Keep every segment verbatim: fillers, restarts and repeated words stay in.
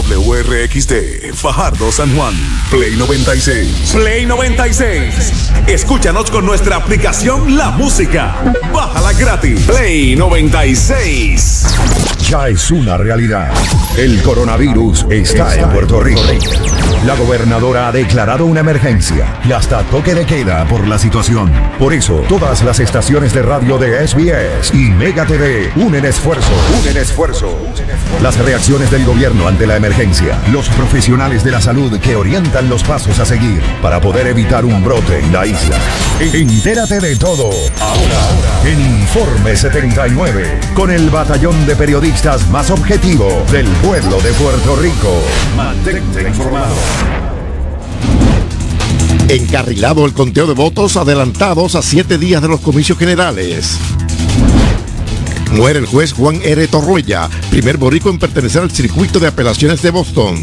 W R X D, Fajardo, San Juan, Play noventa y seis. Play noventa y seis. Escúchanos con nuestra aplicación La Música. Bájala gratis. Play noventa y seis. Ya es una realidad. El coronavirus está en Puerto Rico. La gobernadora ha declarado una emergencia y hasta toque de queda por la situación. Por eso, todas las estaciones de radio de S B S y Mega T V unen esfuerzo, unen esfuerzo. Las reacciones del gobierno ante la emergencia, los profesionales de la salud que orientan los pasos a seguir para poder evitar un brote en la isla. Entérate de todo ahora en Informe setenta y nueve, con el batallón de periodistas más objetivo del pueblo de Puerto Rico. Mantente informado. Encarrilado el conteo de votos adelantados a siete días de los comicios generales. Muere el juez Juan R. Torruella, primer boricua en pertenecer al circuito de apelaciones de Boston.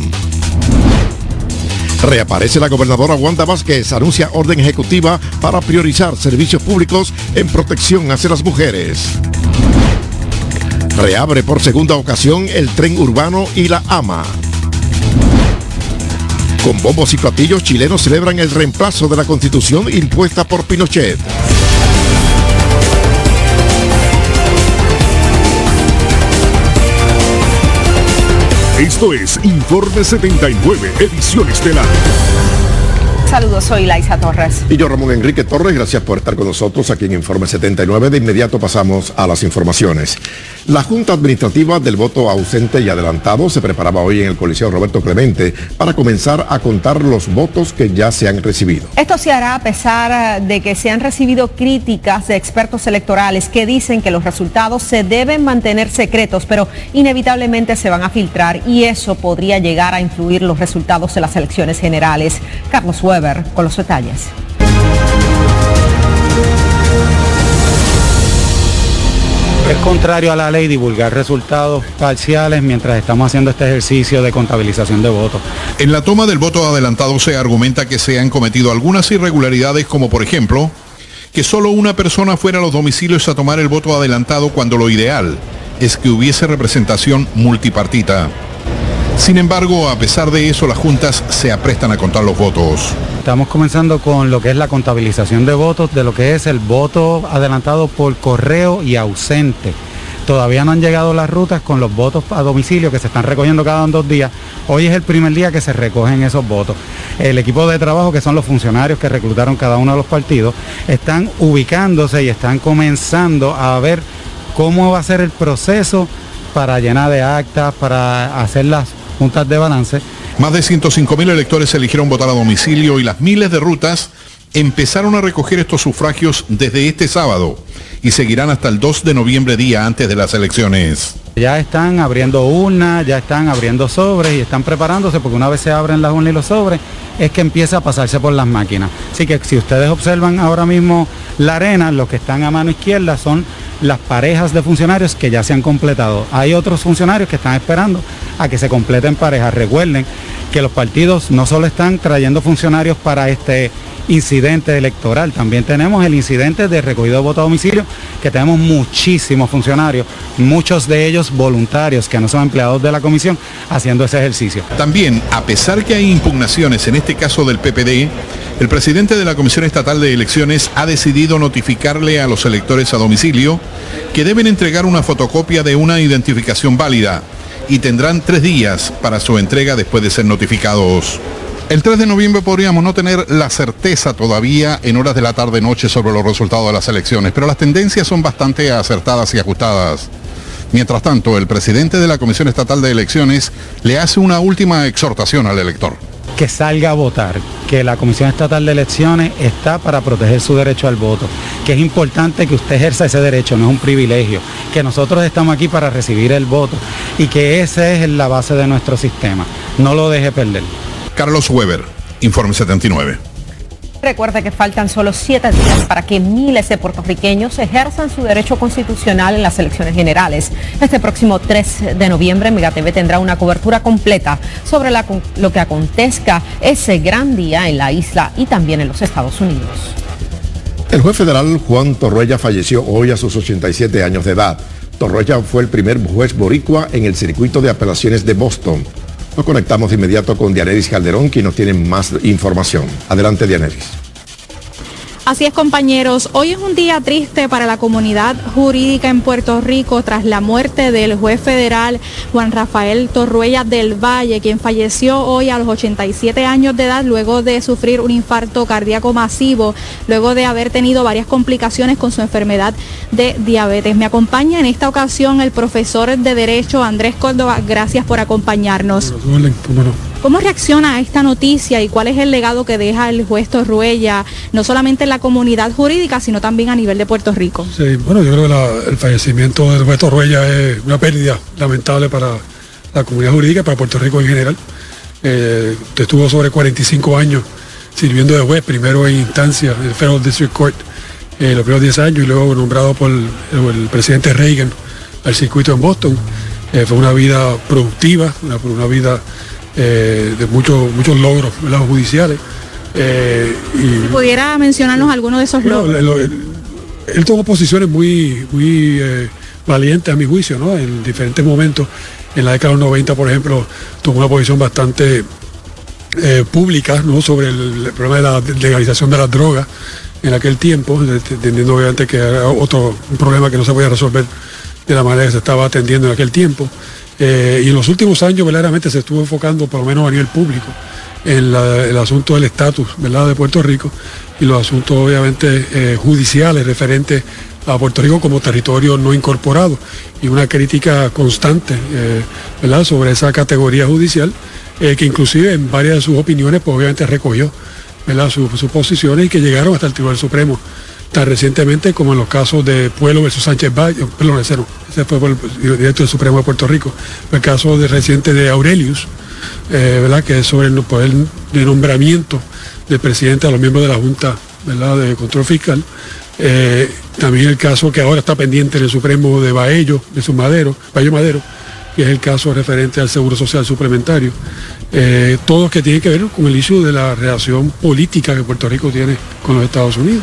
Reaparece la gobernadora Wanda Vázquez, anuncia orden ejecutiva para priorizar servicios públicos en protección hacia las mujeres. Reabre por segunda ocasión el tren urbano y la AMA. Con bombos y platillos, chilenos celebran el reemplazo de la Constitución impuesta por Pinochet. Esto es Informe setenta y nueve, edición estelar. Saludos, soy Laisa Torres. Y yo, Ramón Enrique Torres, gracias por estar con nosotros aquí en Informe setenta y nueve. De inmediato pasamos a las informaciones. La Junta Administrativa del Voto Ausente y Adelantado se preparaba hoy en el Coliseo Roberto Clemente para comenzar a contar los votos que ya se han recibido. Esto se hará a pesar de que se han recibido críticas de expertos electorales que dicen que los resultados se deben mantener secretos, pero inevitablemente se van a filtrar y eso podría llegar a influir los resultados de las elecciones generales. Carlos Weber con los detalles. Es contrario a la ley divulgar resultados parciales mientras estamos haciendo este ejercicio de contabilización de votos. En la toma del voto adelantado se argumenta que se han cometido algunas irregularidades, como por ejemplo, que solo una persona fuera a los domicilios a tomar el voto adelantado cuando lo ideal es que hubiese representación multipartita. Sin embargo, a pesar de eso, las juntas se aprestan a contar los votos. Estamos comenzando con lo que es la contabilización de votos, de lo que es el voto adelantado por correo y ausente. Todavía no han llegado las rutas con los votos a domicilio que se están recogiendo cada dos días. Hoy es el primer día que se recogen esos votos. El equipo de trabajo, que son los funcionarios que reclutaron cada uno de los partidos, están ubicándose y están comenzando a ver cómo va a ser el proceso para llenar de actas, para hacer las juntas de balance. Más de ciento cinco mil electores eligieron votar a domicilio y las miles de rutas empezaron a recoger estos sufragios desde este sábado y seguirán hasta el dos de noviembre, día antes de las elecciones. Ya están abriendo urnas, ya están abriendo sobres y están preparándose, porque una vez se abren las urnas y los sobres es que empieza a pasarse por las máquinas. Así que si ustedes observan ahora mismo la arena, los que están a mano izquierda son las parejas de funcionarios que ya se han completado. Hay otros funcionarios que están esperando a que se completen parejas. Recuerden que los partidos no solo están trayendo funcionarios para este incidente electoral, también tenemos el incidente de recogido de voto a domicilio, que tenemos muchísimos funcionarios, muchos de ellos voluntarios, que no son empleados de la comisión, haciendo ese ejercicio. También, a pesar que hay impugnaciones, en este caso del P P D, el presidente de la Comisión Estatal de Elecciones ha decidido notificarle a los electores a domicilio que deben entregar una fotocopia de una identificación válida y tendrán tres días para su entrega después de ser notificados. El tres de noviembre podríamos no tener la certeza todavía en horas de la tarde-noche sobre los resultados de las elecciones, pero las tendencias son bastante acertadas y ajustadas. Mientras tanto, el presidente de la Comisión Estatal de Elecciones le hace una última exhortación al elector. Que salga a votar, que la Comisión Estatal de Elecciones está para proteger su derecho al voto, que es importante que usted ejerza ese derecho, no es un privilegio, que nosotros estamos aquí para recibir el voto y que esa es la base de nuestro sistema. No lo deje perder. Carlos Weber, Informe setenta y nueve. Recuerde que faltan solo siete días para que miles de puertorriqueños ejerzan su derecho constitucional en las elecciones generales. Este próximo tres de noviembre, Mega T V tendrá una cobertura completa sobre la, lo que acontezca ese gran día en la isla y también en los Estados Unidos. El juez federal Juan Torruella falleció hoy a sus ochenta y siete años de edad. Torruella fue el primer juez boricua en el circuito de apelaciones de Boston. Nos conectamos de inmediato con Dianeris Calderón, quien nos tiene más información. Adelante, Dianeris. Así es, compañeros. Hoy es un día triste para la comunidad jurídica en Puerto Rico tras la muerte del juez federal Juan Rafael Torruella del Valle, quien falleció hoy a los ochenta y siete años de edad luego de sufrir un infarto cardíaco masivo, luego de haber tenido varias complicaciones con su enfermedad de diabetes. Me acompaña en esta ocasión el profesor de Derecho Andrés Córdoba. Gracias por acompañarnos. ¿Cómo reacciona a esta noticia y cuál es el legado que deja el juez Torruella, no solamente en la comunidad jurídica, sino también a nivel de Puerto Rico? Sí, bueno, yo creo que la, el fallecimiento del juez Torruella es una pérdida lamentable para la comunidad jurídica y para Puerto Rico en general. Eh, estuvo sobre cuarenta y cinco años sirviendo de juez, primero en instancia en el Federal District Court, eh, los primeros diez años, y luego nombrado por el, el presidente Reagan al circuito en Boston. Eh, fue una vida productiva, una, una vida Eh, de muchos muchos logros, ¿verdad?, judiciales. Eh, y, ¿Pudiera mencionarnos algunos de esos bueno, logros? Él, él, él tomó posiciones muy, muy eh, valientes a mi juicio, ¿no? En diferentes momentos. En la década de los noventa, por ejemplo, tomó una posición bastante eh, pública, ¿no?, sobre el, el problema de la legalización de las drogas en aquel tiempo, entendiendo obviamente que era otro un problema que no se podía resolver de la manera que se estaba atendiendo en aquel tiempo. Eh, y en los últimos años verdaderamente se estuvo enfocando, por lo menos a nivel público, en la, el asunto del estatus, ¿verdad?, de Puerto Rico, y los asuntos obviamente eh, judiciales referentes a Puerto Rico como territorio no incorporado, y una crítica constante eh, ¿verdad?, sobre esa categoría judicial, eh, que inclusive en varias de sus opiniones pues obviamente recogió, ¿verdad?, sus su posiciones, y que llegaron hasta el Tribunal Supremo tan recientemente como en los casos de Puelo versus Sánchez Valle, perdón, ese no, ese fue por el director del Supremo de Puerto Rico, el caso de reciente de Aurelius, eh, ¿verdad?, que es sobre el poder de nombramiento del presidente a los miembros de la Junta, ¿verdad?, de Control Fiscal. Eh, también el caso que ahora está pendiente en el Supremo de Baello, de su Madero, Baello Madero, que es el caso referente al Seguro Social Suplementario. Eh, todos que tienen que ver con el issue de la relación política que Puerto Rico tiene con los Estados Unidos.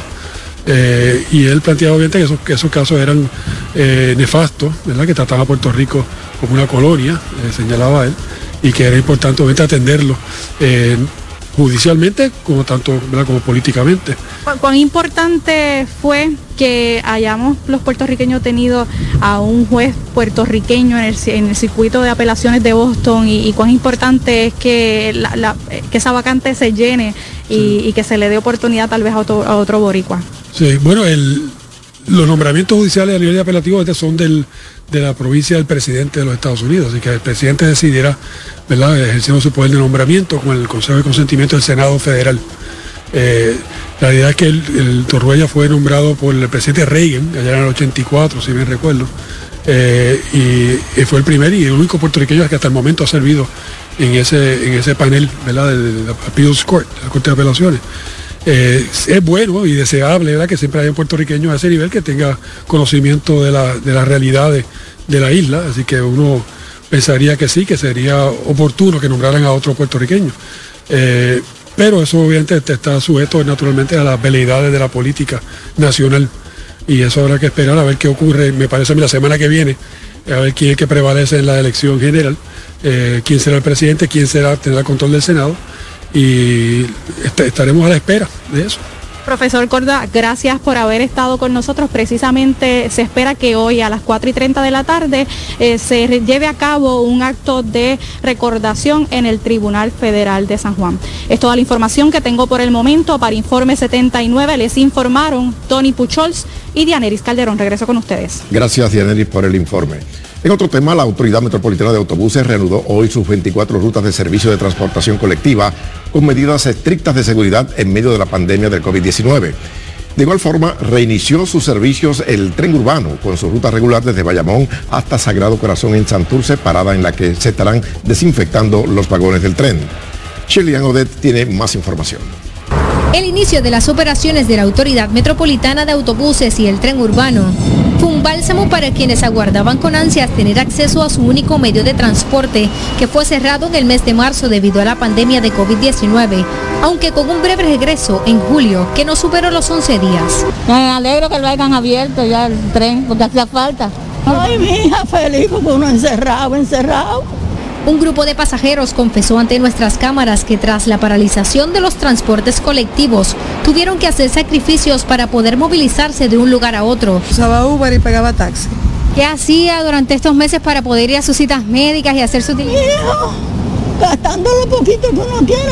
Eh, y él planteaba obviamente que esos, que esos casos eran eh, nefastos, ¿verdad?, que trataban a Puerto Rico como una colonia, eh, señalaba él, y que era importante obviamente atenderlo eh, judicialmente como tanto, ¿verdad?, como políticamente. ¿Cuán importante fue que hayamos los puertorriqueños tenido a un juez puertorriqueño en el, en el circuito de apelaciones de Boston, y, y cuán importante es que, la, la, que esa vacante se llene y, sí. y que se le dé oportunidad tal vez a otro, a otro boricua? Sí, bueno, el, los nombramientos judiciales a nivel de apelativo son del, de la provincia del presidente de los Estados Unidos, así que el presidente decidirá, ¿verdad?, ejerciendo su poder de nombramiento con el Consejo de Consentimiento del Senado Federal. Eh, la realidad es que el, el Torruella fue nombrado por el presidente Reagan, allá en el ochenta y cuatro, si bien recuerdo, eh, y, y fue el primer y el único puertorriqueño que hasta el momento ha servido en ese, en ese panel, ¿verdad?, de, de la Appeals Court, de la Corte de Apelaciones. Eh, es bueno y deseable, ¿verdad?, que siempre haya un puertorriqueño a ese nivel que tenga conocimiento de la, de la realidad de, de la isla, así que uno pensaría que sí, que sería oportuno que nombraran a otro puertorriqueño. Eh, pero eso obviamente está sujeto naturalmente a las veleidades de la política nacional, y eso habrá que esperar a ver qué ocurre, me parece a mí, la semana que viene, a ver quién es que prevalece en la elección general, eh, quién será el presidente, quién será tener el control del Senado, y est- estaremos a la espera de eso. Profesor Córdoba, gracias por haber estado con nosotros. Precisamente se espera que hoy a las cuatro y treinta de la tarde eh, se lleve a cabo un acto de recordación en el Tribunal Federal de San Juan. Es toda la información que tengo por el momento. Para Informe setenta y nueve les informaron Tony Puchols y Dianeris Calderón. Regreso con ustedes. Gracias, Dianeris, por el informe. En otro tema, la Autoridad Metropolitana de Autobuses reanudó hoy sus veinticuatro rutas de servicio de transportación colectiva con medidas estrictas de seguridad en medio de la pandemia del COVID diecinueve. De igual forma, reinició sus servicios el tren urbano con su ruta regular desde Bayamón hasta Sagrado Corazón en Santurce, parada en la que se estarán desinfectando los vagones del tren. Shirley Odette tiene más información. El inicio de las operaciones de la Autoridad Metropolitana de Autobuses y el tren urbano fue un bálsamo para quienes aguardaban con ansias tener acceso a su único medio de transporte, que fue cerrado en el mes de marzo debido a la pandemia de COVID diecinueve, aunque con un breve regreso en julio que no superó los once días. Me alegro que lo hayan abierto ya el tren, porque hacía falta. Ay, mi hija, feliz porque uno encerrado, encerrado. Un grupo de pasajeros confesó ante nuestras cámaras que tras la paralización de los transportes colectivos tuvieron que hacer sacrificios para poder movilizarse de un lugar a otro. Usaba Uber y pagaba taxi. ¿Qué hacía durante estos meses para poder ir a sus citas médicas y hacer su diligencia? Gastando lo poquito que uno quiera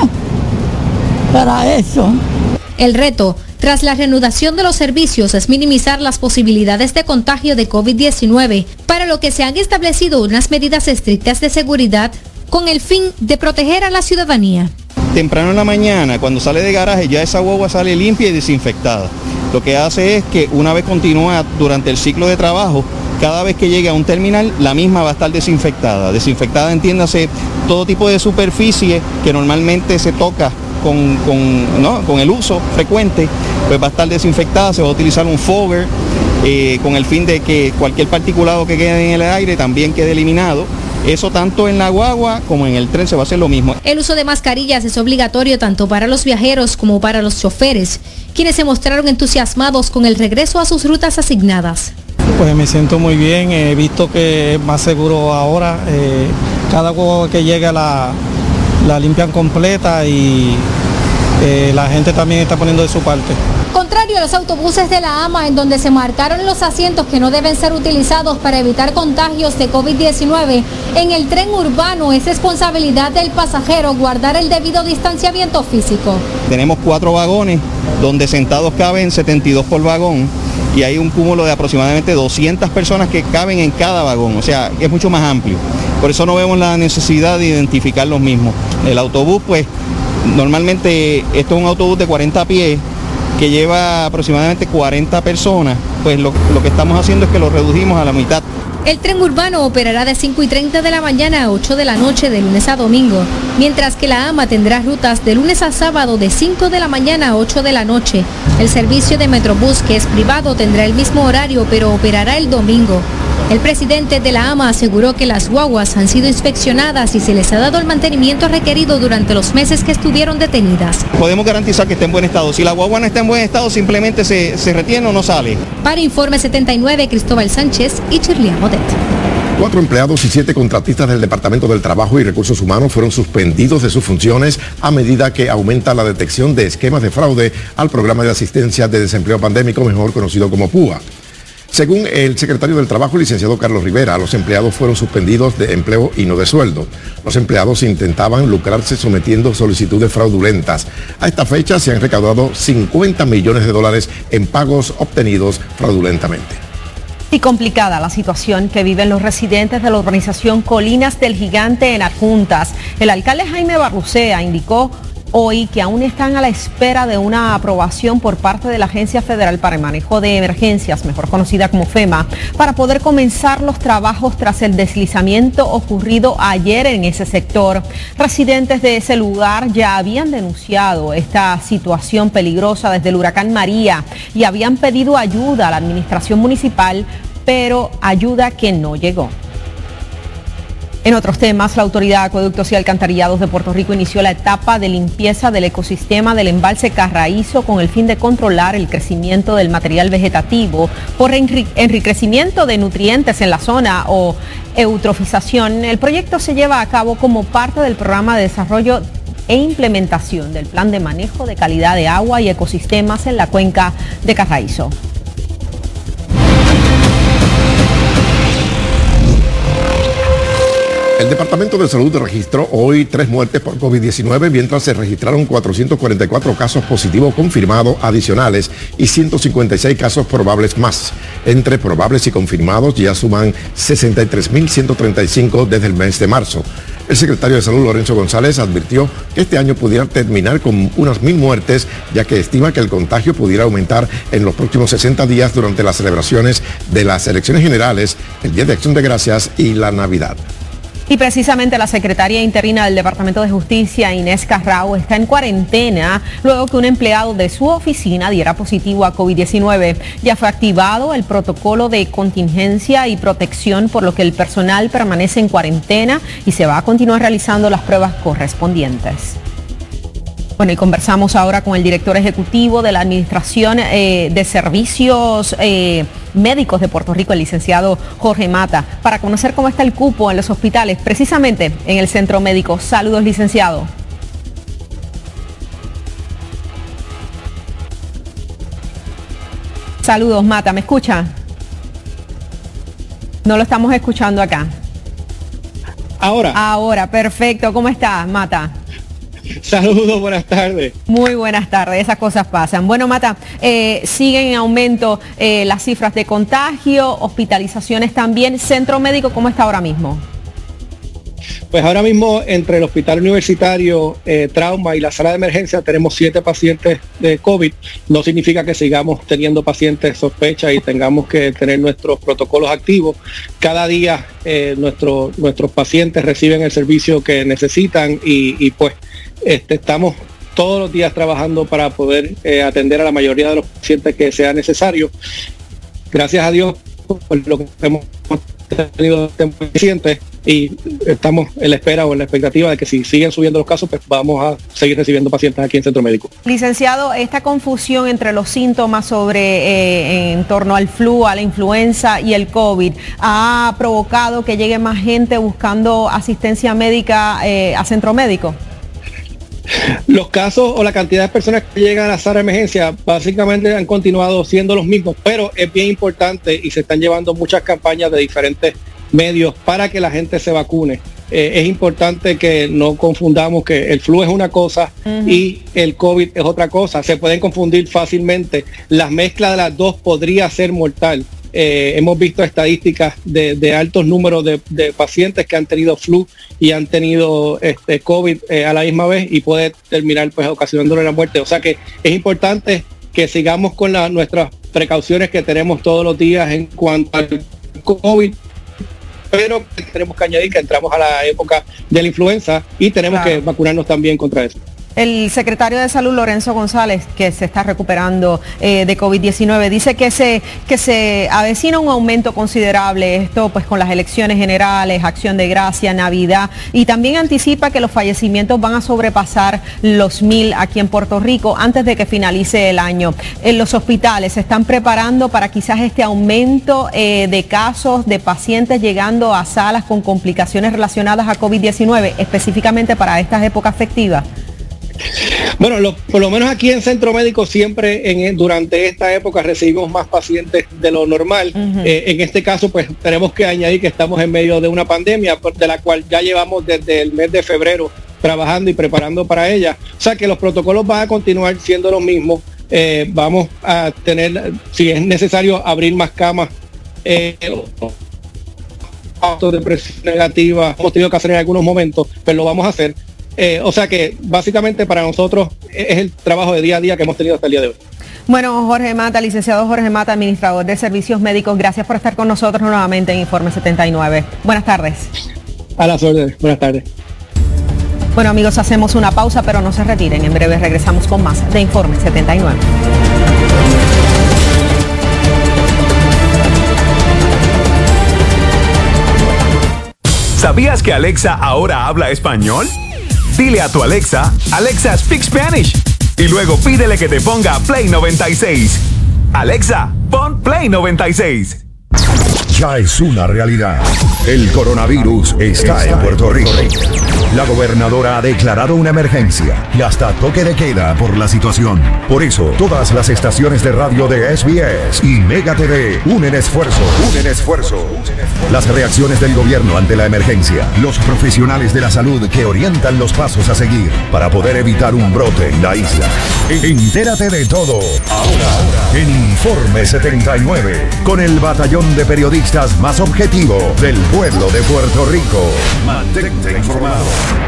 para eso. El reto, tras la reanudación de los servicios, es minimizar las posibilidades de contagio de COVID diecinueve, para lo que se han establecido unas medidas estrictas de seguridad con el fin de proteger a la ciudadanía. Temprano en la mañana, cuando sale de garaje, ya esa guagua sale limpia y desinfectada. Lo que hace es que una vez continúa durante el ciclo de trabajo, cada vez que llegue a un terminal, la misma va a estar desinfectada. Desinfectada, entiéndase, todo tipo de superficie que normalmente se toca con, con, ¿no? con el uso frecuente, pues va a estar desinfectada, se va a utilizar un fogger eh, con el fin de que cualquier particulado que quede en el aire también quede eliminado. Eso tanto en la guagua como en el tren se va a hacer lo mismo. El uso de mascarillas es obligatorio tanto para los viajeros como para los choferes, quienes se mostraron entusiasmados con el regreso a sus rutas asignadas. Pues me siento muy bien, he visto que es más seguro ahora, eh, cada guagua que llega la, la limpian completa y eh, la gente también está poniendo de su parte. Contrario a los autobuses de la AMA, en donde se marcaron los asientos que no deben ser utilizados para evitar contagios de COVID diecinueve, en el tren urbano es responsabilidad del pasajero guardar el debido distanciamiento físico. Tenemos cuatro vagones donde sentados caben setenta y dos por vagón y hay un cúmulo de aproximadamente doscientas personas que caben en cada vagón, o sea, es mucho más amplio. Por eso no vemos la necesidad de identificar los mismos. El autobús, pues, normalmente esto es un autobús de cuarenta pies, que lleva aproximadamente cuarenta personas, pues lo, lo que estamos haciendo es que lo redujimos a la mitad. El tren urbano operará de cinco y treinta de la mañana a ocho de la noche de lunes a domingo, mientras que la AMA tendrá rutas de lunes a sábado de cinco de la mañana a ocho de la noche. El servicio de Metrobús, que es privado, tendrá el mismo horario, pero operará el domingo. El presidente de la AMA aseguró que las guaguas han sido inspeccionadas y se les ha dado el mantenimiento requerido durante los meses que estuvieron detenidas. Podemos garantizar que esté en buen estado. Si la guagua no está en buen estado, simplemente se, se retiene o no sale. Para Informe setenta y nueve, Cristóbal Sánchez y Chirlia Modet. Cuatro empleados y siete contratistas del Departamento del Trabajo y Recursos Humanos fueron suspendidos de sus funciones a medida que aumenta la detección de esquemas de fraude al programa de asistencia de desempleo pandémico, mejor conocido como PUA. Según el secretario del Trabajo, licenciado Carlos Rivera, los empleados fueron suspendidos de empleo y no de sueldo. Los empleados intentaban lucrarse sometiendo solicitudes fraudulentas. A esta fecha se han recaudado cincuenta millones de dólares en pagos obtenidos fraudulentamente. Y complicada la situación que viven los residentes de la urbanización Colinas del Gigante en Adjuntas. El alcalde Jaime Barrucea indicó hoy que aún están a la espera de una aprobación por parte de la Agencia Federal para el Manejo de Emergencias, mejor conocida como FEMA, para poder comenzar los trabajos tras el deslizamiento ocurrido ayer en ese sector. Residentes de ese lugar ya habían denunciado esta situación peligrosa desde el huracán María y habían pedido ayuda a la administración municipal, pero ayuda que no llegó. En otros temas, la Autoridad de Acueductos y Alcantarillados de Puerto Rico inició la etapa de limpieza del ecosistema del embalse Carraízo con el fin de controlar el crecimiento del material vegetativo por enriquecimiento de nutrientes en la zona o eutrofización. El proyecto se lleva a cabo como parte del programa de desarrollo e implementación del Plan de Manejo de Calidad de Agua y Ecosistemas en la cuenca de Carraízo. El Departamento de Salud registró hoy tres muertes por COVID diecinueve, mientras se registraron cuatrocientos cuarenta y cuatro casos positivos confirmados adicionales y ciento cincuenta y seis casos probables más. Entre probables y confirmados ya suman sesenta y tres mil ciento treinta y cinco desde el mes de marzo. El secretario de Salud, Lorenzo González, advirtió que este año pudiera terminar con unas mil muertes, ya que estima que el contagio pudiera aumentar en los próximos sesenta días durante las celebraciones de las elecciones generales, el Día de Acción de Gracias y la Navidad. Y precisamente la secretaria interina del Departamento de Justicia, Inés Carrao, está en cuarentena luego que un empleado de su oficina diera positivo a COVID diecinueve. Ya fue activado el protocolo de contingencia y protección, por lo que el personal permanece en cuarentena y se va a continuar realizando las pruebas correspondientes. Bueno, y conversamos ahora con el director ejecutivo de la Administración eh, de Servicios eh, Médicos de Puerto Rico, el licenciado Jorge Mata, para conocer cómo está el cupo en los hospitales, precisamente en el centro médico. Saludos, licenciado. Saludos, Mata, ¿me escucha? No lo estamos escuchando acá. Ahora. Ahora, perfecto. ¿Cómo está, Mata? Saludos, buenas tardes. Muy buenas tardes, esas cosas pasan. Bueno, Mata, eh, siguen en aumento eh, las cifras de contagio, hospitalizaciones también. ¿Centro médico cómo está ahora mismo? Pues ahora mismo entre el hospital universitario, eh, trauma y la sala de emergencia tenemos siete pacientes de COVID. No significa que sigamos teniendo pacientes sospecha y tengamos que tener nuestros protocolos activos. Cada día eh, nuestro, nuestros pacientes reciben el servicio que necesitan y, y pues este, estamos todos los días trabajando para poder eh, atender a la mayoría de los pacientes que sea necesario. Gracias a Dios por lo que hemos tenido pacientes y estamos en la espera o en la expectativa de que si siguen subiendo los casos, pues vamos a seguir recibiendo pacientes aquí en Centro Médico. Licenciado, esta confusión entre los síntomas sobre eh, en torno al flu, a la influenza y el COVID ha provocado que llegue más gente buscando asistencia médica eh, a Centro Médico. Los casos o la cantidad de personas que llegan a la sala de emergencia básicamente han continuado siendo los mismos, pero es bien importante y se están llevando muchas campañas de diferentes medios para que la gente se vacune. Eh, es importante que no confundamos que el flu es una cosa uh-huh. y el COVID es otra cosa. Se pueden confundir fácilmente. La mezcla de las dos podría ser mortal. Eh, hemos visto estadísticas de, de altos números de, de pacientes que han tenido flu y han tenido este COVID eh, a la misma vez y puede terminar pues ocasionándole la muerte. O sea que es importante que sigamos con la, nuestras precauciones que tenemos todos los días en cuanto al COVID, pero tenemos que añadir que entramos a la época de la influenza y tenemos claro. que vacunarnos también contra eso. El secretario de Salud, Lorenzo González, que se está recuperando eh, de COVID diecinueve, dice que se, que se avecina un aumento considerable, esto pues con las elecciones generales, Acción de Gracia, Navidad, y también anticipa que los fallecimientos van a sobrepasar los mil aquí en Puerto Rico antes de que finalice el año. En los hospitales se están preparando para quizás este aumento eh, de casos de pacientes llegando a salas con complicaciones relacionadas a COVID diecinueve, específicamente para estas épocas festivas. Bueno, lo, por lo menos aquí en Centro Médico siempre en, durante esta época recibimos más pacientes de lo normal. Uh-huh. Eh, en este caso pues tenemos que añadir que estamos en medio de una pandemia de la cual ya llevamos desde el mes de febrero trabajando y preparando para ella. O sea que los protocolos van a continuar siendo los mismos. Eh, vamos a tener, si es necesario, abrir más camas. Eh, de presión negativa hemos tenido que hacer en algunos momentos, pero lo vamos a hacer. Eh, o sea que básicamente para nosotros es el trabajo de día a día que hemos tenido hasta el día de hoy. Bueno, Jorge Mata, licenciado Jorge Mata, administrador de servicios médicos, gracias por estar con nosotros nuevamente en Informe setenta y nueve. Buenas tardes. A las órdenes, buenas tardes. Bueno amigos, hacemos una pausa, pero no se retiren, en breve regresamos con más de Informe setenta y nueve. ¿Sabías que Alexa ahora habla español? Dile a tu Alexa, Alexa Speak Spanish, y luego pídele que te ponga Play noventa y seis. Alexa, pon Play noventa y seis. Ya es una realidad. El coronavirus está en Puerto Rico. La gobernadora ha declarado una emergencia y hasta toque de queda por la situación. Por eso, todas las estaciones de radio de S B S y Mega T V unen esfuerzo, unen esfuerzo. Las reacciones del gobierno ante la emergencia, los profesionales de la salud que orientan los pasos a seguir para poder evitar un brote en la isla. Entérate de todo ahora en Informe setenta y nueve con el batallón de periodistas más objetivo del pueblo de Puerto Rico. Mantente informado.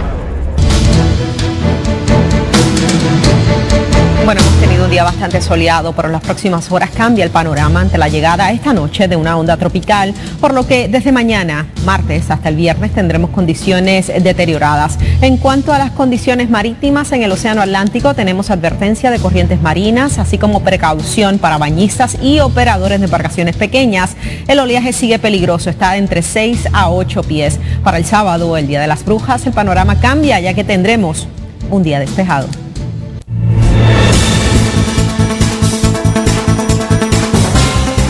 Bueno, hemos tenido un día bastante soleado, pero en las próximas horas cambia el panorama ante la llegada esta noche de una onda tropical, por lo que desde mañana, martes, hasta el viernes tendremos condiciones deterioradas. En cuanto a las condiciones marítimas en el Océano Atlántico, tenemos advertencia de corrientes marinas, así como precaución para bañistas y operadores de embarcaciones pequeñas. El oleaje sigue peligroso, está entre seis a ocho pies. Para el sábado, el Día de las Brujas, el panorama cambia, ya que tendremos un día despejado.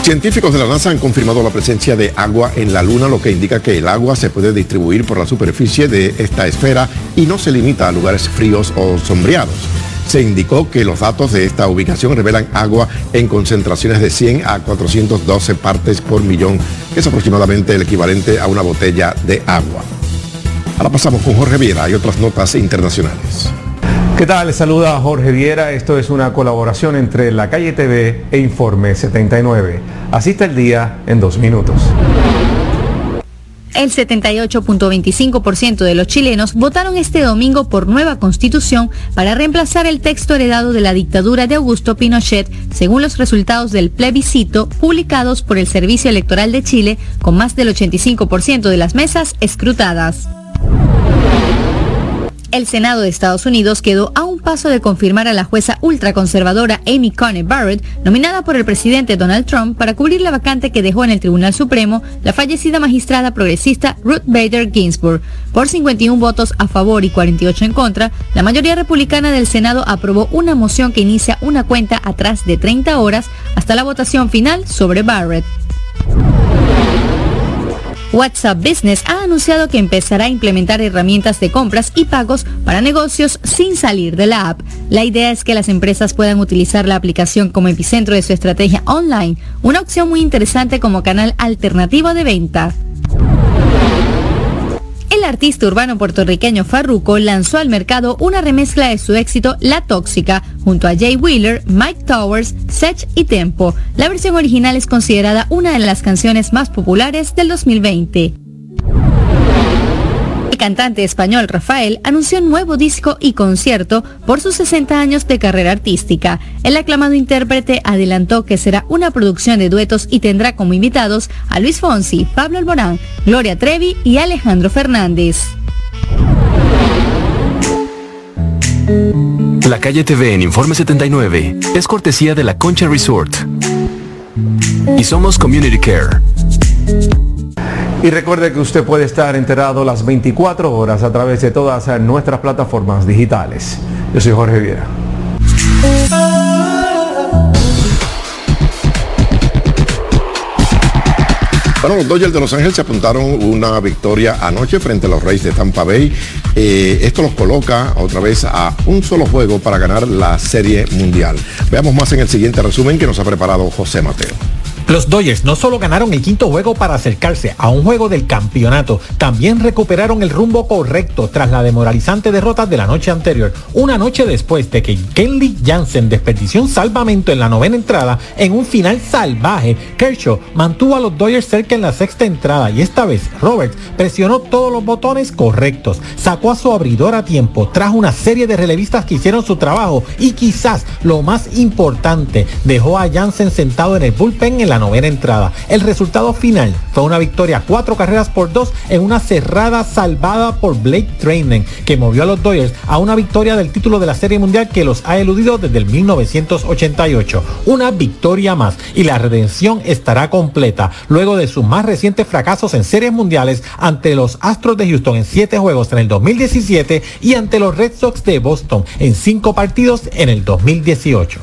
Científicos de la NASA han confirmado la presencia de agua en la Luna, lo que indica que el agua se puede distribuir por la superficie de esta esfera y no se limita a lugares fríos o sombreados. Se indicó que los datos de esta ubicación revelan agua en concentraciones de cien a cuatrocientos doce partes por millón, que es aproximadamente el equivalente a una botella de agua. Ahora pasamos con Jorge Viera y otras notas internacionales. ¿Qué tal? Les saluda Jorge Viera. Esto es una colaboración entre La Calle T V e Informe setenta y nueve. Así está el día en dos minutos. El setenta y ocho punto veinticinco por ciento de los chilenos votaron este domingo por nueva constitución para reemplazar el texto heredado de la dictadura de Augusto Pinochet, según los resultados del plebiscito publicados por el Servicio Electoral de Chile, con más del ochenta y cinco por ciento de las mesas escrutadas. El Senado de Estados Unidos quedó a un paso de confirmar a la jueza ultraconservadora Amy Coney Barrett, nominada por el presidente Donald Trump para cubrir la vacante que dejó en el Tribunal Supremo la fallecida magistrada progresista Ruth Bader Ginsburg. Por cincuenta y uno votos a favor y cuarenta y ocho en contra, la mayoría republicana del Senado aprobó una moción que inicia una cuenta atrás de treinta horas hasta la votación final sobre Barrett. WhatsApp Business ha anunciado que empezará a implementar herramientas de compras y pagos para negocios sin salir de la app. La idea es que las empresas puedan utilizar la aplicación como epicentro de su estrategia online, una opción muy interesante como canal alternativo de venta. El artista urbano puertorriqueño Farruko lanzó al mercado una remezcla de su éxito La Tóxica, junto a Jay Wheeler, Mike Towers, Sech y Tempo. La versión original es considerada una de las canciones más populares del dos mil veinte. El cantante español Rafael anunció un nuevo disco y concierto por sus sesenta años de carrera artística. El aclamado intérprete adelantó que será una producción de duetos y tendrá como invitados a Luis Fonsi, Pablo Alborán, Gloria Trevi y Alejandro Fernández. La Calle T V en Informe setenta y nueve es cortesía de La Concha Resort y somos Community Care. Y recuerde que usted puede estar enterado las veinticuatro horas a través de todas nuestras plataformas digitales. Yo soy Jorge Viera. Bueno, los Dodgers de Los Ángeles se apuntaron una victoria anoche frente a los Rays de Tampa Bay. Eh, esto los coloca otra vez a un solo juego para ganar la Serie Mundial. Veamos más en el siguiente resumen que nos ha preparado José Mateo. Los Dodgers no solo ganaron el quinto juego para acercarse a un juego del campeonato, también recuperaron el rumbo correcto tras la demoralizante derrota de la noche anterior. Una noche después de que Kenley Jansen desperdició un salvamento en la novena entrada en un final salvaje, Kershaw mantuvo a los Dodgers cerca en la sexta entrada y esta vez Roberts presionó todos los botones correctos, sacó a su abridor a tiempo, trajo una serie de relevistas que hicieron su trabajo y quizás lo más importante, dejó a Jansen sentado en el bullpen en la novena entrada. El resultado final fue una victoria cuatro carreras por dos en una cerrada salvada por Blake Treinen, que movió a los Dodgers a una victoria del título de la Serie Mundial que los ha eludido desde el mil novecientos ochenta y ocho. Una victoria más y la redención estará completa luego de sus más recientes fracasos en series mundiales ante los Astros de Houston en siete juegos en el dos mil diecisiete y ante los Red Sox de Boston en cinco partidos en el dos mil dieciocho.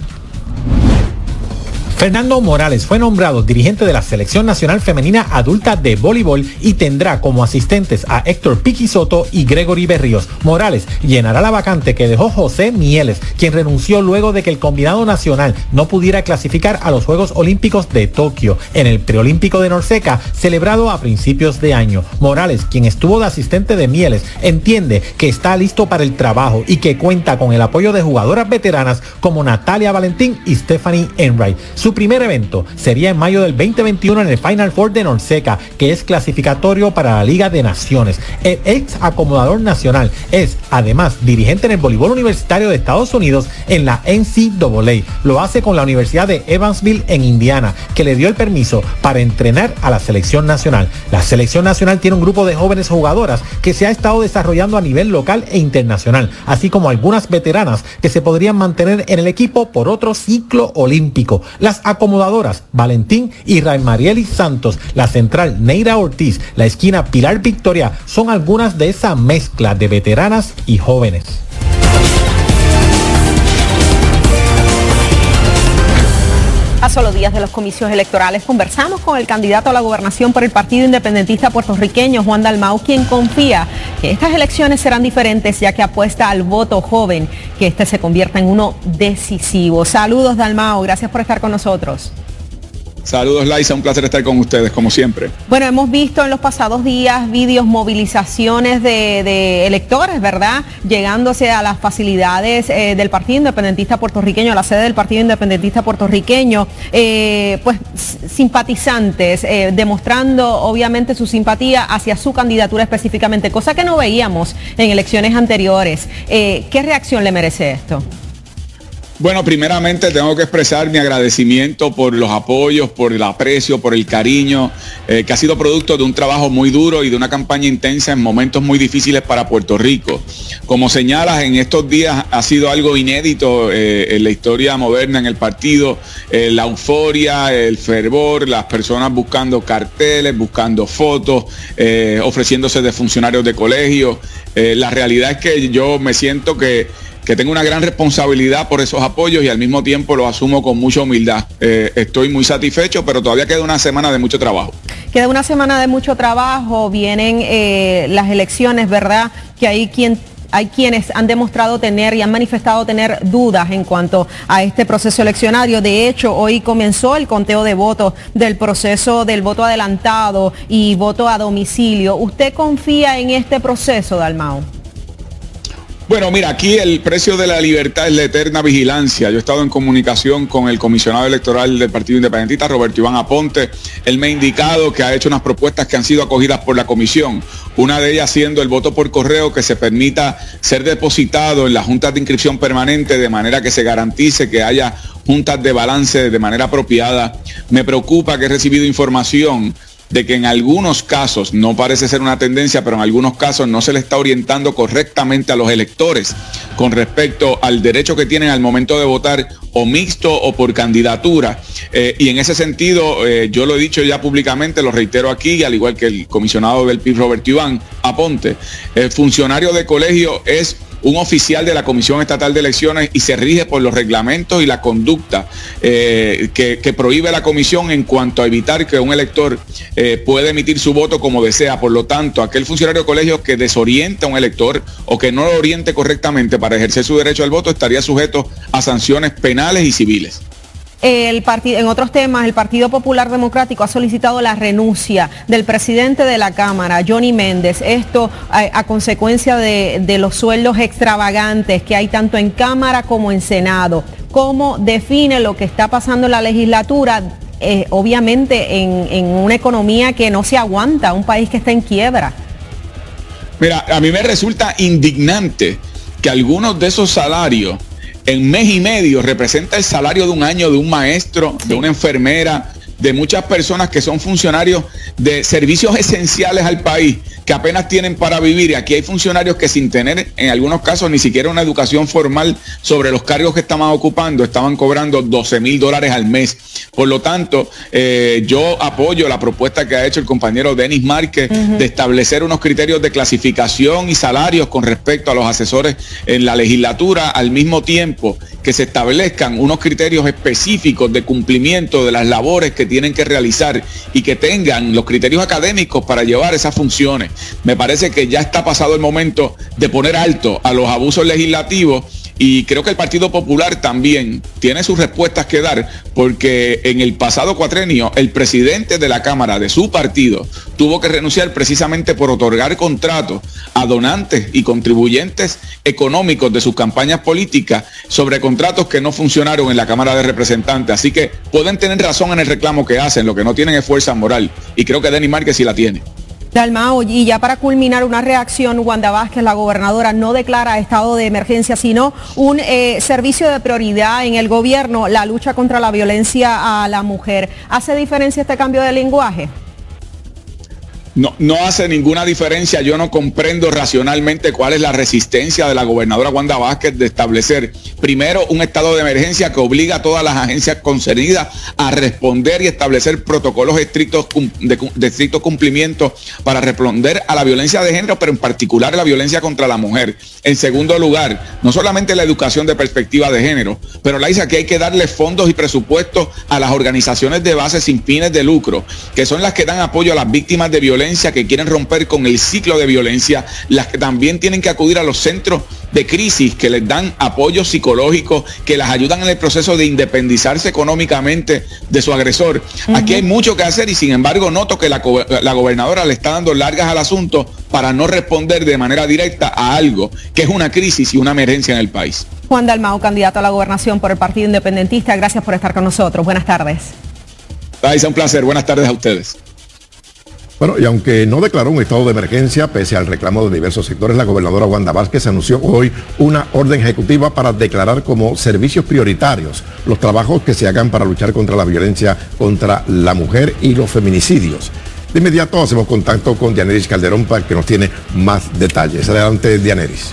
Fernando Morales fue nombrado dirigente de la Selección Nacional Femenina Adulta de Voleibol y tendrá como asistentes a Héctor Piqui Soto y Gregory Berríos. Morales llenará la vacante que dejó José Mieles, quien renunció luego de que el combinado nacional no pudiera clasificar a los Juegos Olímpicos de Tokio en el preolímpico de Norseca, celebrado a principios de año. Morales, quien estuvo de asistente de Mieles, entiende que está listo para el trabajo y que cuenta con el apoyo de jugadoras veteranas como Natalia Valentín y Stephanie Enright. Su primer evento sería en mayo del veinte veintiuno en el Final Four de Norseca, que es clasificatorio para la Liga de Naciones. El ex acomodador nacional es además dirigente en el voleibol universitario de Estados Unidos en la N C A A. Lo hace con la Universidad de Evansville en Indiana, que le dio el permiso para entrenar a la selección nacional. La selección nacional tiene un grupo de jóvenes jugadoras que se ha estado desarrollando a nivel local e internacional, así como algunas veteranas que se podrían mantener en el equipo por otro ciclo olímpico. Las acomodadoras Valentín y Raimarieli Santos, la central Neira Ortiz, la esquina Pilar Victoria, son algunas de esa mezcla de veteranas y jóvenes. A solo días de los comicios electorales conversamos con el candidato a la gobernación por el Partido Independentista Puertorriqueño, Juan Dalmau, quien confía que estas elecciones serán diferentes ya que apuesta al voto joven, que este se convierta en uno decisivo. Saludos, Dalmau, gracias por estar con nosotros. Saludos, Laisa, un placer estar con ustedes, como siempre. Bueno, hemos visto en los pasados días vídeos, movilizaciones de, de electores, ¿verdad? Llegándose a las facilidades eh, del Partido Independentista Puertorriqueño, a la sede del Partido Independentista Puertorriqueño, eh, pues simpatizantes, eh, demostrando obviamente su simpatía hacia su candidatura específicamente, cosa que no veíamos en elecciones anteriores. Eh, ¿Qué reacción le merece esto? Bueno, primeramente tengo que expresar mi agradecimiento por los apoyos, por el aprecio, por el cariño, eh, que ha sido producto de un trabajo muy duro y de una campaña intensa en momentos muy difíciles para Puerto Rico. Como señalas, en estos días ha sido algo inédito eh, en la historia moderna en el partido, eh, la euforia, el fervor, las personas buscando carteles, buscando fotos, eh, ofreciéndose de funcionarios de colegio. Eh, la realidad es que yo me siento que que tengo una gran responsabilidad por esos apoyos y al mismo tiempo lo asumo con mucha humildad. Eh, estoy muy satisfecho, pero todavía queda una semana de mucho trabajo. Queda una semana de mucho trabajo, vienen eh, las elecciones, ¿verdad? Que hay quien... Hay quienes han demostrado tener y han manifestado tener dudas en cuanto a este proceso eleccionario. De hecho, hoy comenzó el conteo de votos del proceso del voto adelantado y voto a domicilio. ¿Usted confía en este proceso, Dalmau? Bueno, mira, aquí el precio de la libertad es la eterna vigilancia. Yo he estado en comunicación con el comisionado electoral del Partido Independentista, Roberto Iván Aponte. Él me ha indicado que ha hecho unas propuestas que han sido acogidas por la comisión. Una de ellas siendo el voto por correo, que se permita ser depositado en las juntas de inscripción permanente de manera que se garantice que haya juntas de balance de manera apropiada. Me preocupa que he recibido información de que en algunos casos, no parece ser una tendencia, pero en algunos casos no se le está orientando correctamente a los electores con respecto al derecho que tienen al momento de votar o mixto o por candidatura. Eh, y en ese sentido, eh, yo lo he dicho ya públicamente, lo reitero aquí, al igual que el comisionado del P I B, Roberto Iván Aponte, el funcionario de colegio es un oficial de la Comisión Estatal de Elecciones y se rige por los reglamentos y la conducta eh, que, que prohíbe la comisión en cuanto a evitar que un elector eh, pueda emitir su voto como desea. Por lo tanto, aquel funcionario de colegio que desoriente a un elector o que no lo oriente correctamente para ejercer su derecho al voto estaría sujeto a sanciones penales y civiles. El partido, en otros temas, el Partido Popular Democrático ha solicitado la renuncia del presidente de la Cámara, Johnny Méndez. Esto a, a consecuencia de, de los sueldos extravagantes que hay tanto en Cámara como en Senado. ¿Cómo define lo que está pasando en la legislatura? Eh, obviamente en, en una economía que no se aguanta, un país que está en quiebra. Mira, a mí me resulta indignante que algunos de esos salarios en mes y medio representa el salario de un año de un maestro, de una enfermera, de muchas personas que son funcionarios de servicios esenciales al país, que apenas tienen para vivir. Y aquí hay funcionarios que sin tener, en algunos casos, ni siquiera una educación formal sobre los cargos que estaban ocupando, estaban cobrando doce mil dólares al mes. Por lo tanto, eh, yo apoyo la propuesta que ha hecho el compañero Denis Márquez uh-huh. de establecer unos criterios de clasificación y salarios con respecto a los asesores en la legislatura, al mismo tiempo que se establezcan unos criterios específicos de cumplimiento de las labores que tienen que realizar y que tengan los criterios académicos para llevar esas funciones. Me parece que ya está pasado el momento de poner alto a los abusos legislativos y creo que el Partido Popular también tiene sus respuestas que dar, porque en el pasado cuatrenio el presidente de la Cámara de su partido tuvo que renunciar precisamente por otorgar contratos a donantes y contribuyentes económicos de sus campañas políticas sobre contratos que no funcionaron en la Cámara de Representantes. Así que pueden tener razón en el reclamo que hacen, lo que no tienen es fuerza moral, y creo que Denis Márquez sí la tiene. Dalmau, y ya para culminar una reacción, Wanda Vázquez, la gobernadora, no declara estado de emergencia, sino un eh, servicio de prioridad en el gobierno, la lucha contra la violencia a la mujer. ¿Hace diferencia este cambio de lenguaje? No, no hace ninguna diferencia. Yo no comprendo racionalmente cuál es la resistencia de la gobernadora Wanda Vázquez de establecer primero un estado de emergencia que obliga a todas las agencias concernidas a responder y establecer protocolos estrictos de, de estricto cumplimiento para responder a la violencia de género, pero en particular la violencia contra la mujer. En segundo lugar, no solamente la educación de perspectiva de género, pero la dice que hay que darle fondos y presupuestos a las organizaciones de base sin fines de lucro, que son las que dan apoyo a las víctimas de violencia, que quieren romper con el ciclo de violencia, las que también tienen que acudir a los centros de crisis que les dan apoyo psicológico, que las ayudan en el proceso de independizarse económicamente de su agresor. Uh-huh. Aquí hay mucho que hacer y sin embargo noto que la, la gobernadora le está dando largas al asunto para no responder de manera directa a algo que es una crisis y una emergencia en el país. Juan Dalmau, candidato a la gobernación por el Partido Independentista, gracias por estar con nosotros. Buenas tardes. Raíssa, un placer. Buenas tardes a ustedes. Bueno, y aunque no declaró un estado de emergencia, pese al reclamo de diversos sectores, la gobernadora Wanda Vázquez anunció hoy una orden ejecutiva para declarar como servicios prioritarios los trabajos que se hagan para luchar contra la violencia contra la mujer y los feminicidios. De inmediato hacemos contacto con Dianeris Calderón para que nos tiene más detalles. Adelante, Dianeris.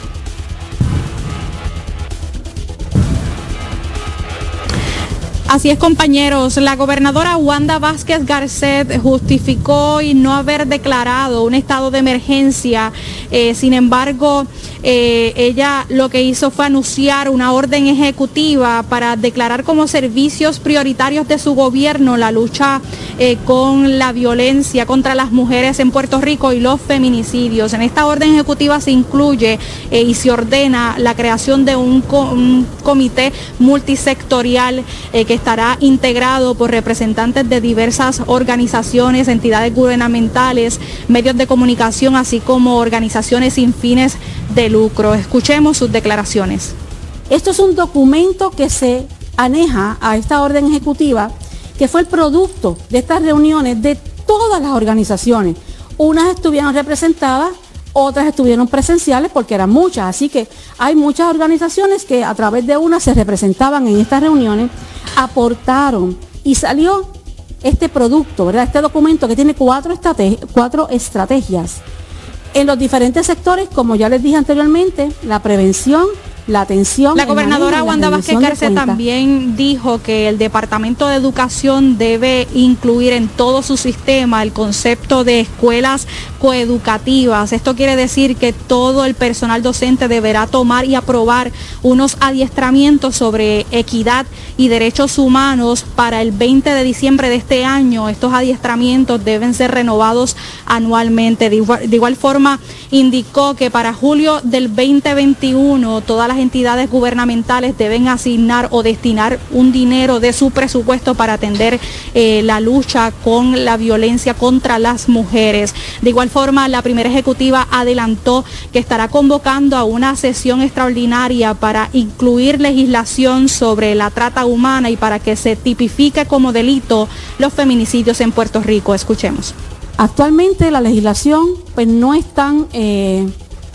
Así es, compañeros. La gobernadora Wanda Vázquez Garcet justificó y no haber declarado un estado de emergencia. Eh, sin embargo, eh, ella lo que hizo fue anunciar una orden ejecutiva para declarar como servicios prioritarios de su gobierno la lucha eh, con la violencia contra las mujeres en Puerto Rico y los feminicidios. En esta orden ejecutiva se incluye eh, y se ordena la creación de un, co un comité multisectorial eh, que estará integrado por representantes de diversas organizaciones, entidades gubernamentales, medios de comunicación, así como organizaciones sin fines de lucro. Escuchemos sus declaraciones. Esto es un documento que se aneja a esta orden ejecutiva, que fue el producto de estas reuniones de todas las organizaciones. Unas estuvieron representadas, otras estuvieron presenciales porque eran muchas, así que hay muchas organizaciones que a través de unas se representaban en estas reuniones, aportaron y salió este producto, ¿verdad? Este documento que tiene cuatro, estrate cuatro estrategias en los diferentes sectores, como ya les dije anteriormente, la prevención, la atención. La gobernadora Wanda Vázquez Garcet también dijo que el Departamento de Educación debe incluir en todo su sistema el concepto de escuelas coeducativas. Esto quiere decir que todo el personal docente deberá tomar y aprobar unos adiestramientos sobre equidad y derechos humanos para el veinte de diciembre de este año. Estos adiestramientos deben ser renovados anualmente. De igual, de igual forma, indicó que para julio del veinte veintiuno todas las entidades gubernamentales deben asignar o destinar un dinero de su presupuesto para atender eh, la lucha con la violencia contra las mujeres. De igual forma, la primera ejecutiva adelantó que estará convocando a una sesión extraordinaria para incluir legislación sobre la trata humana y para que se tipifique como delito los feminicidios en Puerto Rico. Escuchemos. Actualmente la legislación pues no es tan eh,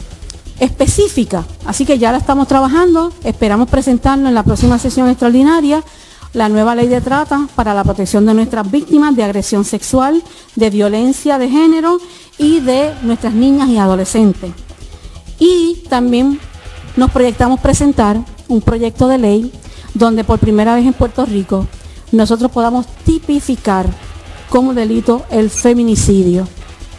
específica, así que ya la estamos trabajando, esperamos presentarlo en la próxima sesión extraordinaria, la nueva ley de trata para la protección de nuestras víctimas de agresión sexual, de violencia de género y de nuestras niñas y adolescentes. Y también nos proyectamos presentar un proyecto de ley donde por primera vez en Puerto Rico nosotros podamos tipificar como delito el feminicidio.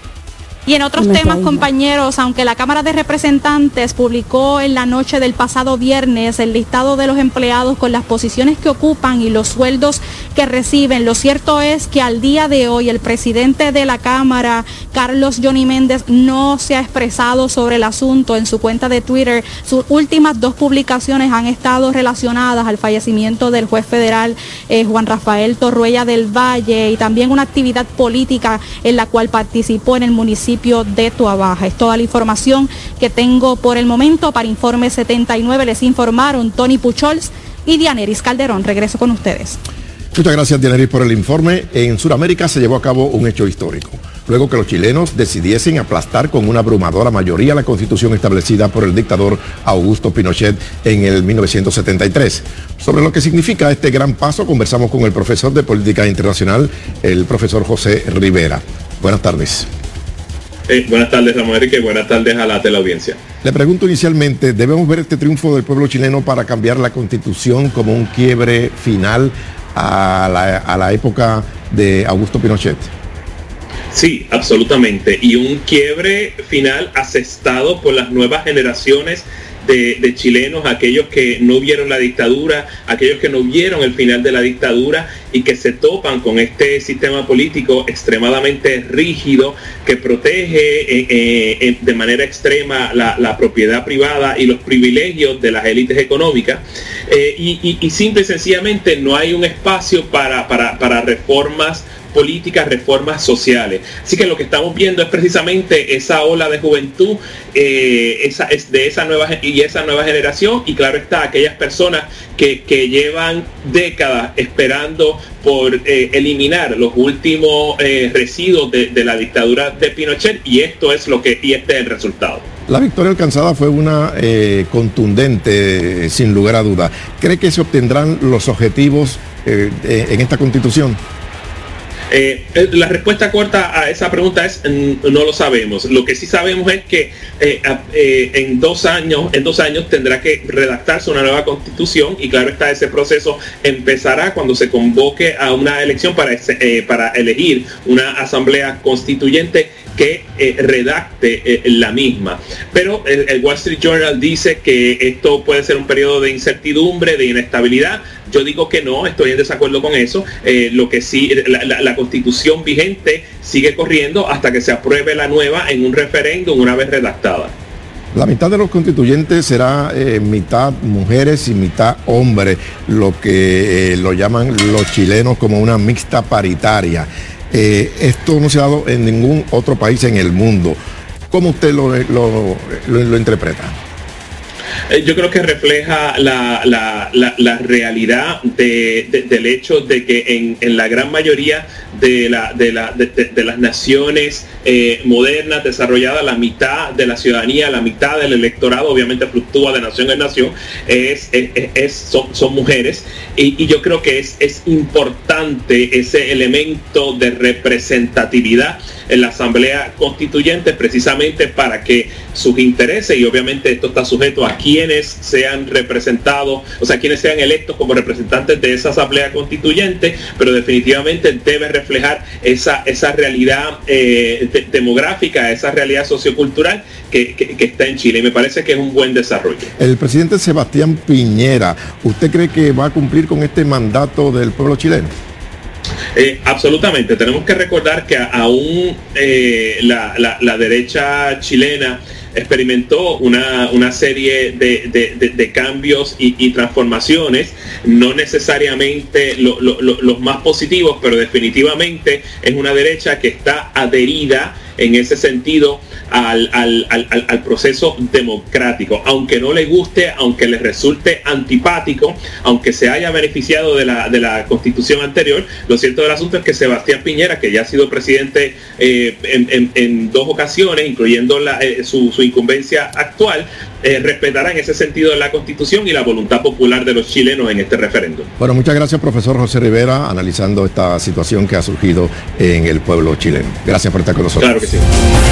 Y en otros temas, compañeros, aunque la Cámara de Representantes publicó en la noche del pasado viernes el listado de los empleados con las posiciones que ocupan y los sueldos que reciben, lo cierto es que al día de hoy el presidente de la Cámara, Carlos Johnny Méndez, no se ha expresado sobre el asunto en su cuenta de Twitter. Sus últimas dos publicaciones han estado relacionadas al fallecimiento del juez federal eh, Juan Rafael Torruella del Valle y también una actividad política en la cual participó en el municipio de Tuabaja. Es toda la información que tengo por el momento. Para Informe setenta y nueve les informaron Tony Puchols y Dianeris Calderón. Regreso con ustedes. Muchas gracias, Dianeris, por el informe. En Sudamérica se llevó a cabo un hecho histórico, luego que los chilenos decidiesen aplastar con una abrumadora mayoría la constitución establecida por el dictador Augusto Pinochet en el mil novecientos setenta y tres. Sobre lo que significa este gran paso, conversamos con el profesor de Política Internacional, el profesor José Rivera. Buenas tardes. Eh, buenas tardes, Ramón Enrique, buenas tardes a la teleaudiencia. Le pregunto inicialmente, ¿debemos ver este triunfo del pueblo chileno para cambiar la Constitución como un quiebre final a la, a la época de Augusto Pinochet? Sí, absolutamente. Y un quiebre final asestado por las nuevas generaciones de, de chilenos, aquellos que no vieron la dictadura, aquellos que no vieron el final de la dictadura y que se topan con este sistema político extremadamente rígido que protege eh, eh, de manera extrema la, la propiedad privada y los privilegios de las élites económicas. Eh, y, y, y simple y sencillamente no hay un espacio para, para, para reformas políticas, reformas sociales. Así que lo que estamos viendo es precisamente esa ola de juventud, eh, esa, es de esa nueva y esa nueva generación, y claro está, aquellas personas que, que llevan décadas esperando por eh, eliminar los últimos eh, residuos de, de la dictadura de Pinochet, y esto es lo que, y este es el resultado. La victoria alcanzada fue una eh, contundente, eh, sin lugar a duda. ¿Cree que se obtendrán los objetivos eh, eh, en esta Constitución? Eh, la respuesta corta a esa pregunta es mm, no lo sabemos. Lo que sí sabemos es que eh, eh, en dos años, en dos años tendrá que redactarse una nueva constitución, y claro está, ese proceso empezará cuando se convoque a una elección para, eh, para elegir una asamblea constituyente que eh, redacte eh, la misma. Pero el, el Wall Street Journal dice que esto puede ser un periodo de incertidumbre, de inestabilidad. Yo digo que no, estoy en desacuerdo con eso. Eh, lo que sí, la, la, la constitución vigente sigue corriendo hasta que se apruebe la nueva en un referéndum una vez redactada. La mitad de los constituyentes será eh, mitad mujeres y mitad hombres, lo que eh, lo llaman los chilenos como una mixta paritaria. Eh, esto no se ha dado en ningún otro país en el mundo. ¿Cómo usted lo, lo, lo, lo interpreta? Yo creo que refleja la, la, la, la realidad de, de, del hecho de que en, en la gran mayoría de, la, de, la, de, de, de las naciones eh, modernas, desarrolladas, la mitad de la ciudadanía, la mitad del electorado, obviamente fluctúa de nación en nación, es, es, es, son, son mujeres. Y, y yo creo que es, es importante ese elemento de representatividad en la Asamblea Constituyente, precisamente para que sus intereses, y obviamente esto está sujeto a quienes sean representados, o sea, quienes sean electos como representantes de esa Asamblea Constituyente, pero definitivamente debe reflejar esa, esa realidad eh, de, demográfica, esa realidad sociocultural que, que, que está en Chile, y me parece que es un buen desarrollo. El presidente Sebastián Piñera, ¿usted cree que va a cumplir con este mandato del pueblo chileno? Eh, absolutamente. Tenemos que recordar que aún eh, la, la, la derecha chilena experimentó una, una serie de, de, de, de cambios y, y transformaciones, no necesariamente lo, lo, lo, los más positivos, pero definitivamente es una derecha que está adherida en ese sentido al, al, al, al proceso democrático, aunque no le guste, aunque le resulte antipático, aunque se haya beneficiado de la, de la constitución anterior. Lo cierto del asunto es que Sebastián Piñera, que ya ha sido presidente eh, en, en, en dos ocasiones, incluyendo la, eh, su, su incumbencia actual, eh, respetará en ese sentido la constitución y la voluntad popular de los chilenos en este referéndum. Bueno, muchas gracias, profesor José Rivera, analizando esta situación que ha surgido en el pueblo chileno. Gracias por estar con nosotros. Claro que sí.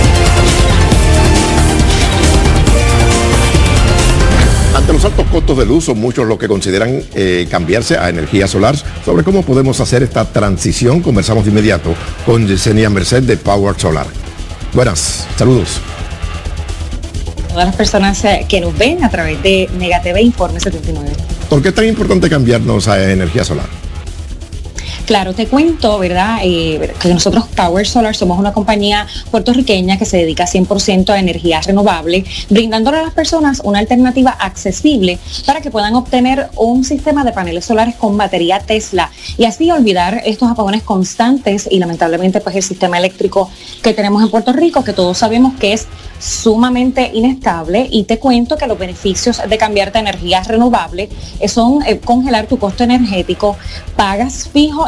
Ante los altos costos de luz, son muchos los que consideran eh, cambiarse a energía solar. Sobre cómo podemos hacer esta transición, conversamos de inmediato con Yesenia Merced de Power Solar. Buenas, saludos. Todas las personas que nos ven a través de Mega T V Informe setenta y nueve. ¿Por qué es tan importante cambiarnos a energía solar? Claro, te cuento, ¿verdad? Eh, que nosotros Power Solar somos una compañía puertorriqueña que se dedica cien por ciento a energía renovable, brindándole a las personas una alternativa accesible para que puedan obtener un sistema de paneles solares con batería Tesla y así olvidar estos apagones constantes y lamentablemente pues el sistema eléctrico que tenemos en Puerto Rico, que todos sabemos que es sumamente inestable. Y te cuento que los beneficios de cambiarte a energía renovable son eh, congelar tu costo energético, pagas fijo y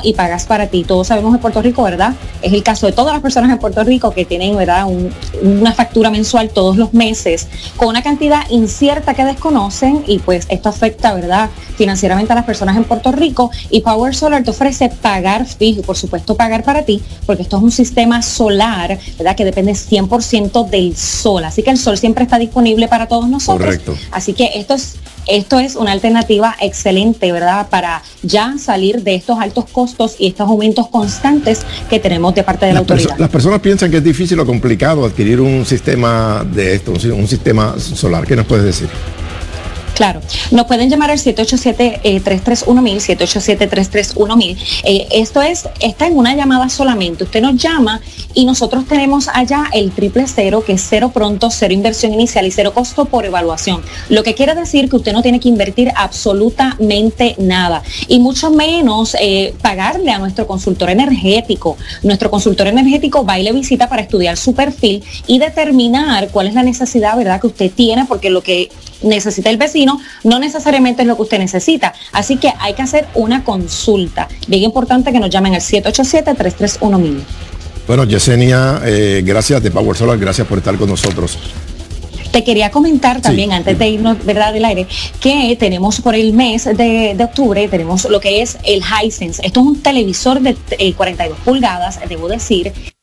y pagas para ti. Todos sabemos en Puerto Rico, ¿verdad? Es el caso de todas las personas en Puerto Rico que tienen, ¿verdad?, Un, una factura mensual todos los meses con una cantidad incierta que desconocen, y pues esto afecta, ¿verdad?, financieramente a las personas en Puerto Rico. Y Power Solar te ofrece pagar fijo, por supuesto pagar para ti, porque esto es un sistema solar, ¿verdad?, que depende cien por ciento del sol, así que el sol siempre está disponible para todos nosotros. Correcto. Así que esto es Esto es una alternativa excelente, ¿verdad?, para ya salir de estos altos costos y estos aumentos constantes que tenemos de parte de la las autoridad. Perso- las personas piensan que es difícil o complicado adquirir un sistema de esto, un, un sistema solar. ¿Qué nos puedes decir? Claro, nos pueden llamar al siete ocho siete, tres tres uno mil, siete ocho siete, tres tres uno mil. Eh, esto es, está en una llamada solamente. Usted nos llama y nosotros tenemos allá el triple cero, que es cero pronto, cero inversión inicial y cero costo por evaluación. Lo que quiere decir que usted no tiene que invertir absolutamente nada y mucho menos eh, pagarle a nuestro consultor energético. Nuestro consultor energético va y le visita para estudiar su perfil y determinar cuál es la necesidad, ¿verdad?, que usted tiene, porque lo que necesita el vecino no necesariamente es lo que usted necesita, así que hay que hacer una consulta. Bien importante que nos llamen al siete ocho siete, tres tres uno mil. Bueno, Yesenia, eh, gracias de Power Solar, gracias por estar con nosotros. Te quería comentar también, sí, antes de irnos, ¿verdad?, del aire, que tenemos por el mes de, de octubre, tenemos lo que es el Hisense. Esto es un televisor de eh, cuarenta y dos pulgadas, debo decir,